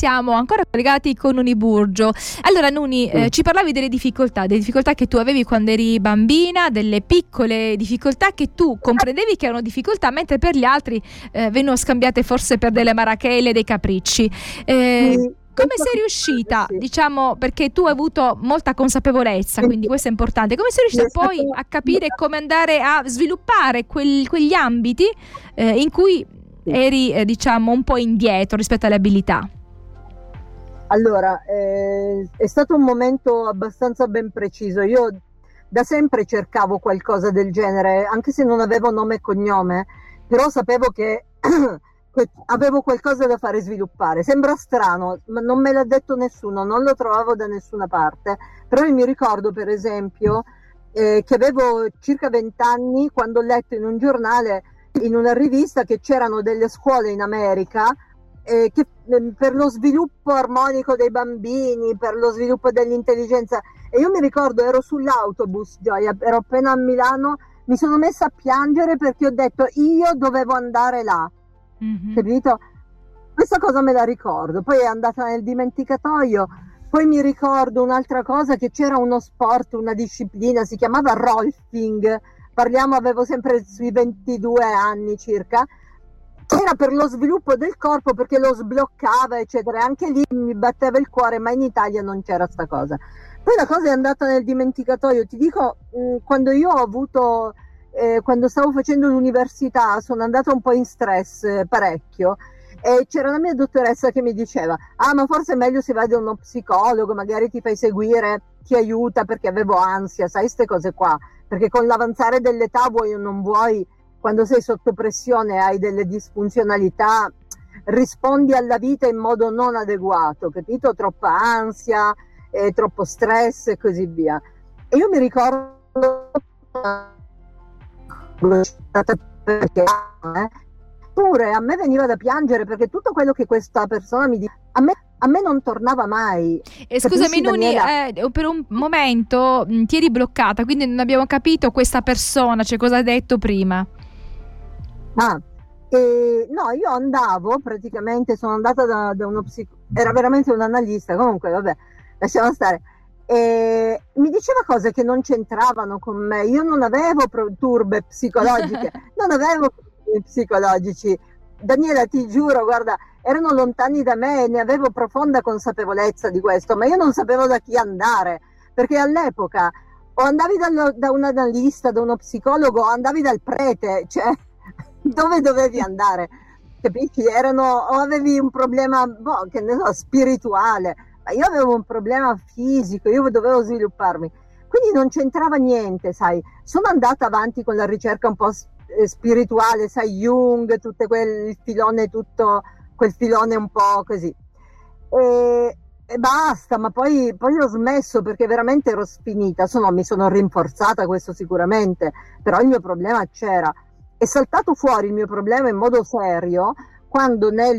siamo ancora collegati con Nuni Burgio. Allora Nuni, ci parlavi delle difficoltà che tu avevi quando eri bambina, delle piccole difficoltà che tu comprendevi che erano difficoltà, mentre per gli altri vengono scambiate forse per delle marachelle, dei capricci. Come sei riuscita, diciamo, perché tu hai avuto molta consapevolezza, quindi questo è importante, come sei riuscita poi a capire come andare a sviluppare quegli ambiti in cui eri, diciamo, un po' indietro rispetto alle abilità? Allora, è stato un momento abbastanza ben preciso. Io da sempre cercavo qualcosa del genere, anche se non avevo nome e cognome, però sapevo che avevo qualcosa da fare sviluppare. Sembra strano, ma non me l'ha detto nessuno, non lo trovavo da nessuna parte. Però io mi ricordo, per esempio, che avevo circa 20 anni quando ho letto in un giornale, in una rivista, che c'erano delle scuole in America che per lo sviluppo armonico dei bambini, per lo sviluppo dell'intelligenza. E io mi ricordo, ero sull'autobus, Gioia, ero appena a Milano, mi sono messa a piangere perché ho detto io dovevo andare là. Capito? Questa cosa me la ricordo, poi è andata nel dimenticatoio. Poi mi ricordo un'altra cosa, che c'era uno sport, una disciplina, si chiamava rolfing, avevo sempre sui 22 anni circa, che era per lo sviluppo del corpo, perché lo sbloccava eccetera, anche lì mi batteva il cuore, ma in Italia non c'era sta cosa. Poi la cosa è andata nel dimenticatoio, ti dico, quando io ho avuto quando stavo facendo l'università sono andata un po' in stress parecchio, e c'era la mia dottoressa che mi diceva ma forse è meglio se vai da uno psicologo, magari ti fai seguire, ti aiuta, perché avevo ansia, sai, queste cose qua, perché con l'avanzare dell'età, vuoi o non vuoi, quando sei sotto pressione, hai delle disfunzionalità, rispondi alla vita in modo non adeguato, capito? Troppa ansia, troppo stress e così via. E io mi ricordo pure a me veniva da piangere, perché tutto quello che questa persona mi diceva a me non tornava mai. Scusami Nuni, per un momento ti eri bloccata, quindi non abbiamo capito questa persona, cioè cosa ha detto prima. No, io andavo, praticamente sono andata da uno era veramente un analista, comunque vabbè, lasciamo stare. Mi diceva cose che non c'entravano con me. Io non avevo turbe psicologiche, non avevo problemi psicologici. Daniela, ti giuro, guarda, erano lontani da me e ne avevo profonda consapevolezza di questo, ma io non sapevo da chi andare, perché all'epoca o andavi da un analista, da uno psicologo, o andavi dal prete, cioè dove dovevi andare? Capisci? O avevi un problema, che ne so, spirituale. Ma io avevo un problema fisico, io dovevo svilupparmi, quindi non c'entrava niente, sai. Sono andata avanti con la ricerca un po' spirituale, sai, Jung, tutto quel filone un po' così, e basta. Ma poi ho smesso, perché veramente ero sfinita. Mi sono rinforzata, questo sicuramente, però il mio problema c'era. È saltato fuori il mio problema in modo serio quando nel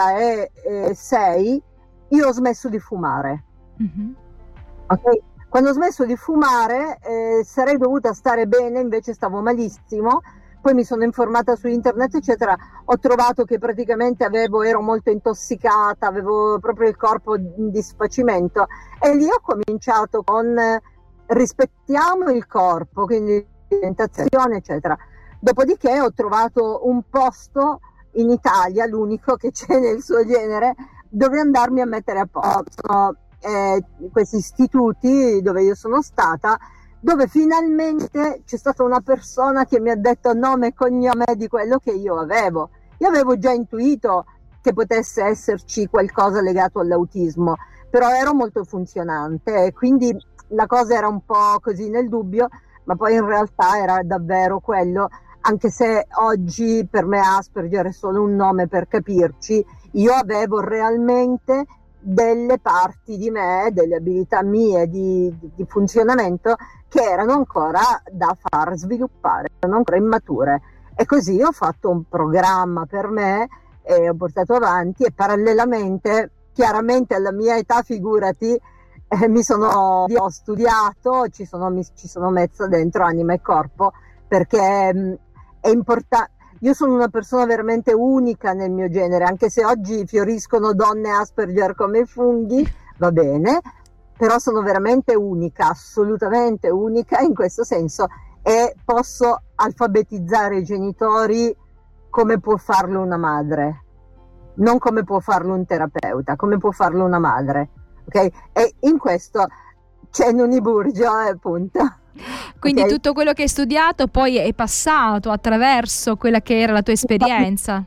2006 io ho smesso di fumare. Okay? Quando ho smesso di fumare sarei dovuta stare bene, invece stavo malissimo. Poi mi sono informata su internet eccetera, ho trovato che praticamente ero molto intossicata, avevo proprio il corpo in disfacimento, e lì ho cominciato con rispettiamo il corpo, quindi alimentazione eccetera. Dopodiché ho trovato un posto in Italia, l'unico che c'è nel suo genere, dove andarmi a mettere a posto, questi istituti dove io sono stata, dove finalmente c'è stata una persona che mi ha detto nome e cognome di quello che io avevo. Io avevo già intuito che potesse esserci qualcosa legato all'autismo, però ero molto funzionante e quindi la cosa era un po' così nel dubbio, ma poi in realtà era davvero quello, anche se oggi per me Asperger è solo un nome per capirci. Io avevo realmente delle parti di me, delle abilità mie di funzionamento che erano ancora da far sviluppare, erano ancora immature, e così ho fatto un programma per me e ho portato avanti, e parallelamente, chiaramente alla mia età, figurati, ho studiato, ci sono messa dentro anima e corpo, perché è importante. io sono una persona veramente unica nel mio genere, anche se oggi fioriscono donne Asperger come funghi, va bene, però sono veramente unica, assolutamente unica in questo senso, e posso alfabetizzare i genitori come può farlo una madre, non come può farlo un terapeuta, come può farlo una madre, ok? E in questo c'è Nuni Burgio, punto. Quindi tutto quello che hai studiato poi è passato attraverso quella che era la tua esperienza.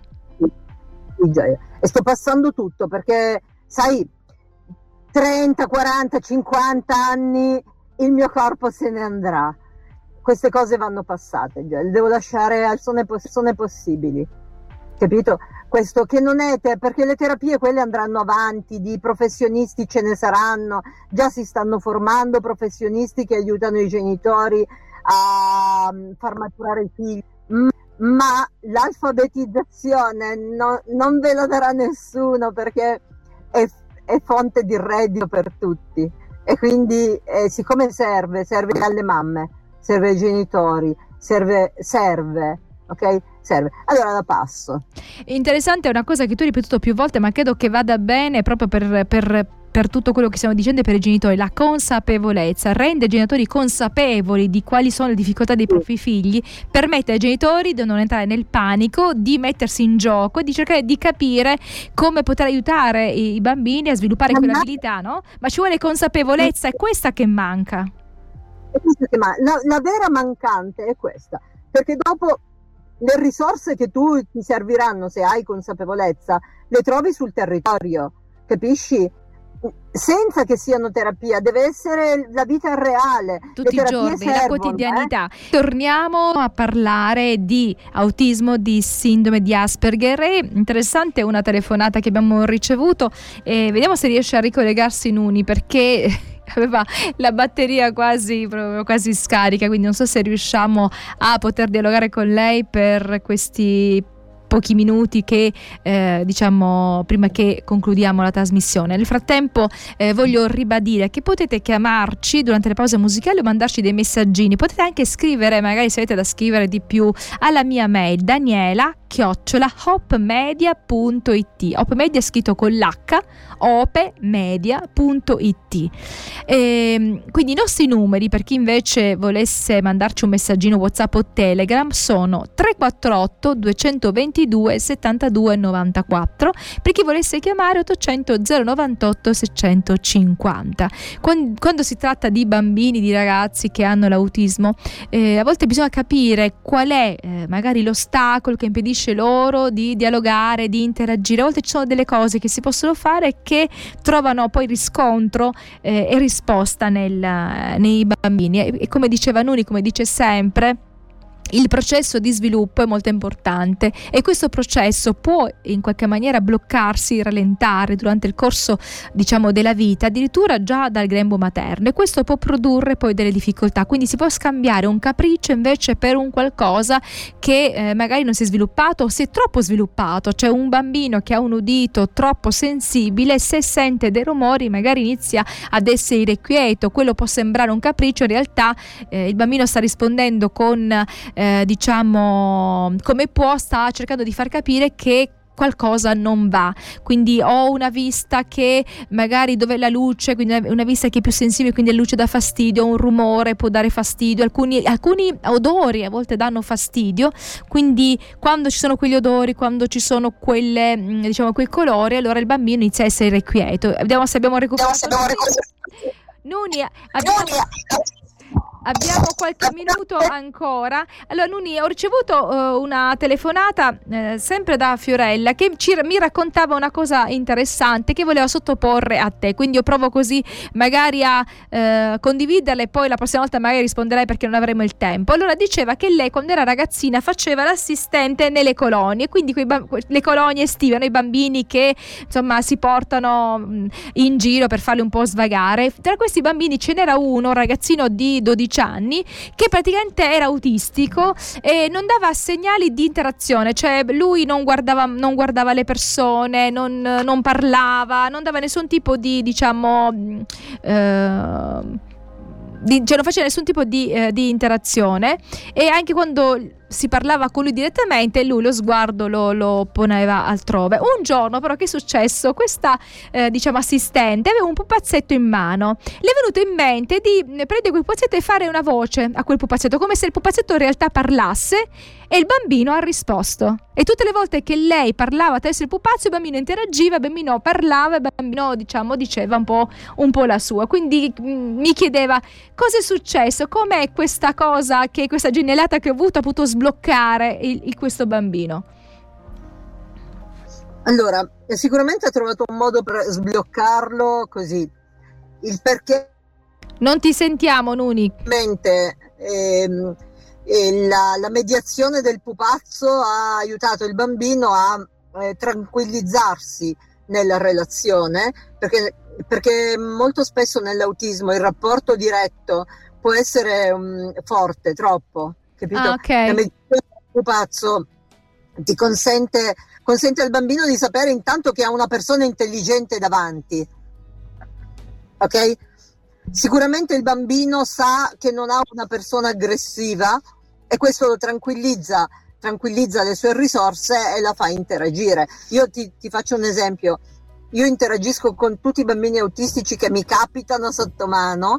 E sto passando tutto perché, sai, 30, 40, 50 anni il mio corpo se ne andrà. Queste cose vanno passate, le devo lasciare al sono possibili, capito? Questo che non è perché le terapie quelle andranno avanti, di professionisti ce ne saranno, già si stanno formando professionisti che aiutano i genitori a far maturare i figli, ma l'alfabetizzazione non ve la darà nessuno perché è fonte di reddito per tutti, e quindi siccome serve alle mamme, serve ai genitori, serve, ok? Serve. Allora la passo. Interessante, è una cosa che tu hai ripetuto più volte, ma credo che vada bene proprio per tutto quello che stiamo dicendo e per i genitori. La consapevolezza rende i genitori consapevoli di quali sono le difficoltà dei propri figli, permette ai genitori di non entrare nel panico, di mettersi in gioco e di cercare di capire come poter aiutare i bambini a sviluppare quell'abilità, no? Ma ci vuole consapevolezza, è questa che manca. La vera mancante è questa, perché dopo le risorse che ti serviranno, se hai consapevolezza, le trovi sul territorio, capisci? Senza che siano terapia, deve essere la vita reale, tutti i giorni, la quotidianità. Torniamo a parlare di autismo, di sindrome di Asperger. È interessante una telefonata che abbiamo ricevuto e vediamo se riesce a ricollegarsi Nuni, perché aveva la batteria quasi scarica, quindi non so se riusciamo a poter dialogare con lei per questi pochi minuti che diciamo prima che concludiamo la trasmissione. Nel frattempo voglio ribadire che potete chiamarci durante le pause musicali o mandarci dei messaggini, potete anche scrivere, magari se avete da scrivere di più, alla mia mail daniela@hopemedia.it. Hopemedia scritto con l'H, hopemedia.it. Quindi i nostri numeri, per chi invece volesse mandarci un messaggino WhatsApp o Telegram, sono 348 222 72 94. Per chi volesse chiamare 800 098 650. Quando si tratta di bambini, di ragazzi che hanno l'autismo, a volte bisogna capire qual è magari l'ostacolo che impedisce loro di dialogare, di interagire. A volte ci sono delle cose che si possono fare che trovano poi riscontro e risposta nei bambini, e come diceva Nuni, come dice sempre, il processo di sviluppo è molto importante e questo processo può in qualche maniera bloccarsi, rallentare durante il corso, diciamo, della vita, addirittura già dal grembo materno, e questo può produrre poi delle difficoltà. Quindi si può scambiare un capriccio invece per un qualcosa che magari non si è sviluppato o si è troppo sviluppato. C'è un bambino che ha un udito troppo sensibile, se sente dei rumori magari inizia ad essere irrequieto. Quello può sembrare un capriccio, in realtà il bambino sta rispondendo con diciamo come può, sta cercando di far capire che qualcosa non va. Quindi ho una vista che magari dove la luce, quindi una vista che è più sensibile, quindi la luce dà fastidio, un rumore può dare fastidio, alcuni odori a volte danno fastidio, quindi quando ci sono quegli odori, quando ci sono quelle, diciamo, quei colori, allora il bambino inizia a essere irrequieto. Vediamo se abbiamo recuperato. Nuni, abbiamo qualche minuto ancora. Allora Nuni, ho ricevuto una telefonata sempre da Fiorella che mi raccontava una cosa interessante che voleva sottoporre a te, quindi io provo così magari a condividerla e poi la prossima volta magari risponderai perché non avremo il tempo. Allora diceva che lei quando era ragazzina faceva l'assistente nelle colonie, quindi le colonie estive, i bambini che insomma si portano in giro per farli un po' svagare. Tra questi bambini ce n'era uno, un ragazzino di 12 anni, che praticamente era autistico e non dava segnali di interazione, cioè lui non guardava le persone, non parlava, non dava nessun tipo di, diciamo, cioè non faceva nessun tipo di interazione, e anche quando si parlava con lui direttamente e lui lo sguardo lo poneva altrove. Un giorno però che è successo? Questa diciamo assistente aveva un pupazzetto in mano, le è venuto in mente di prendere quel pupazzetto e fare una voce a quel pupazzetto, come se il pupazzetto in realtà parlasse, e il bambino ha risposto. E tutte le volte che lei parlava attraverso il pupazzo, il bambino interagiva, il bambino parlava, il bambino diciamo diceva un po' la sua. Quindi mi chiedeva cosa è successo, com'è questa cosa, che questa genialata che ho avuto ha potuto sbloccare questo bambino. Allora, sicuramente ha trovato un modo per sbloccarlo, così. Il perché... Non ti sentiamo, Nuni. La mediazione del pupazzo ha aiutato il bambino a tranquillizzarsi nella relazione, perché molto spesso nell'autismo il rapporto diretto può essere forte, troppo, capito? Ah, okay. La mediazione del pupazzo ti consente al bambino di sapere intanto che ha una persona intelligente davanti, ok? Sicuramente il bambino sa che non ha una persona aggressiva e questo lo tranquillizza le sue risorse e la fa interagire. Io ti faccio un esempio: io interagisco con tutti i bambini autistici che mi capitano sotto mano,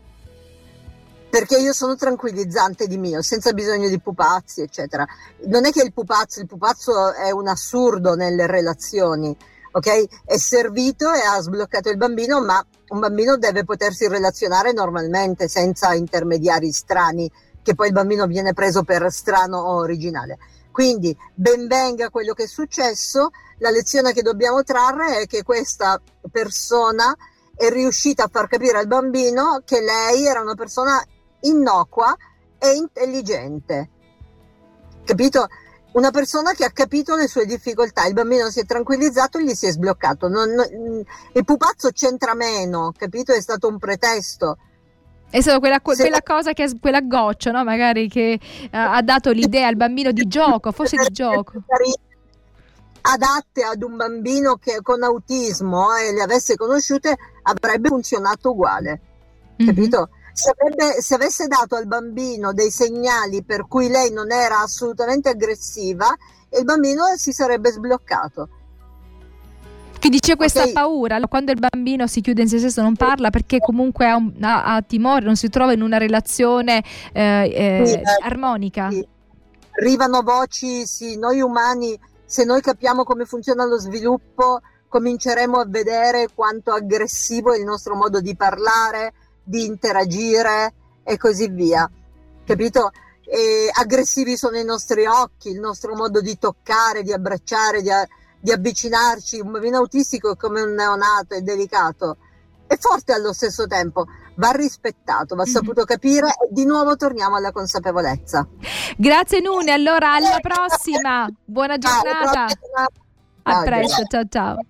perché io sono tranquillizzante di mio, senza bisogno di pupazzi, eccetera. Non è che il pupazzo è un assurdo nelle relazioni, ok? È servito e ha sbloccato il bambino, ma un bambino deve potersi relazionare normalmente, senza intermediari strani, che poi il bambino viene preso per strano o originale. Quindi ben venga quello che è successo, la lezione che dobbiamo trarre è che questa persona è riuscita a far capire al bambino che lei era una persona innocua e intelligente, capito? Una persona che ha capito le sue difficoltà, il bambino si è tranquillizzato e gli si è sbloccato. Il pupazzo c'entra meno, capito? È stato un pretesto. È stata quella cosa, quella goccia, no? Magari che ha dato l'idea al bambino di gioco, forse di gioco. Adatte ad un bambino che con autismo e le avesse conosciute, avrebbe funzionato uguale, capito? Mm-hmm. Se avesse dato al bambino dei segnali per cui lei non era assolutamente aggressiva, il bambino si sarebbe sbloccato. Che dice questa paura, quando il bambino si chiude in se stesso, non parla perché comunque ha timore, non si trova in una relazione armonica. Sì. Arrivano voci, sì, noi umani, se noi capiamo come funziona lo sviluppo, cominceremo a vedere quanto aggressivo è il nostro modo di parlare, di interagire e così via, capito? E aggressivi sono i nostri occhi, il nostro modo di toccare, di abbracciare, di avvicinarci. Un bambino autistico è come un neonato, è delicato, è forte allo stesso tempo, va rispettato, va saputo capire, e di nuovo torniamo alla consapevolezza. Grazie Nune, allora alla prossima, buona giornata, a presto, ciao ciao.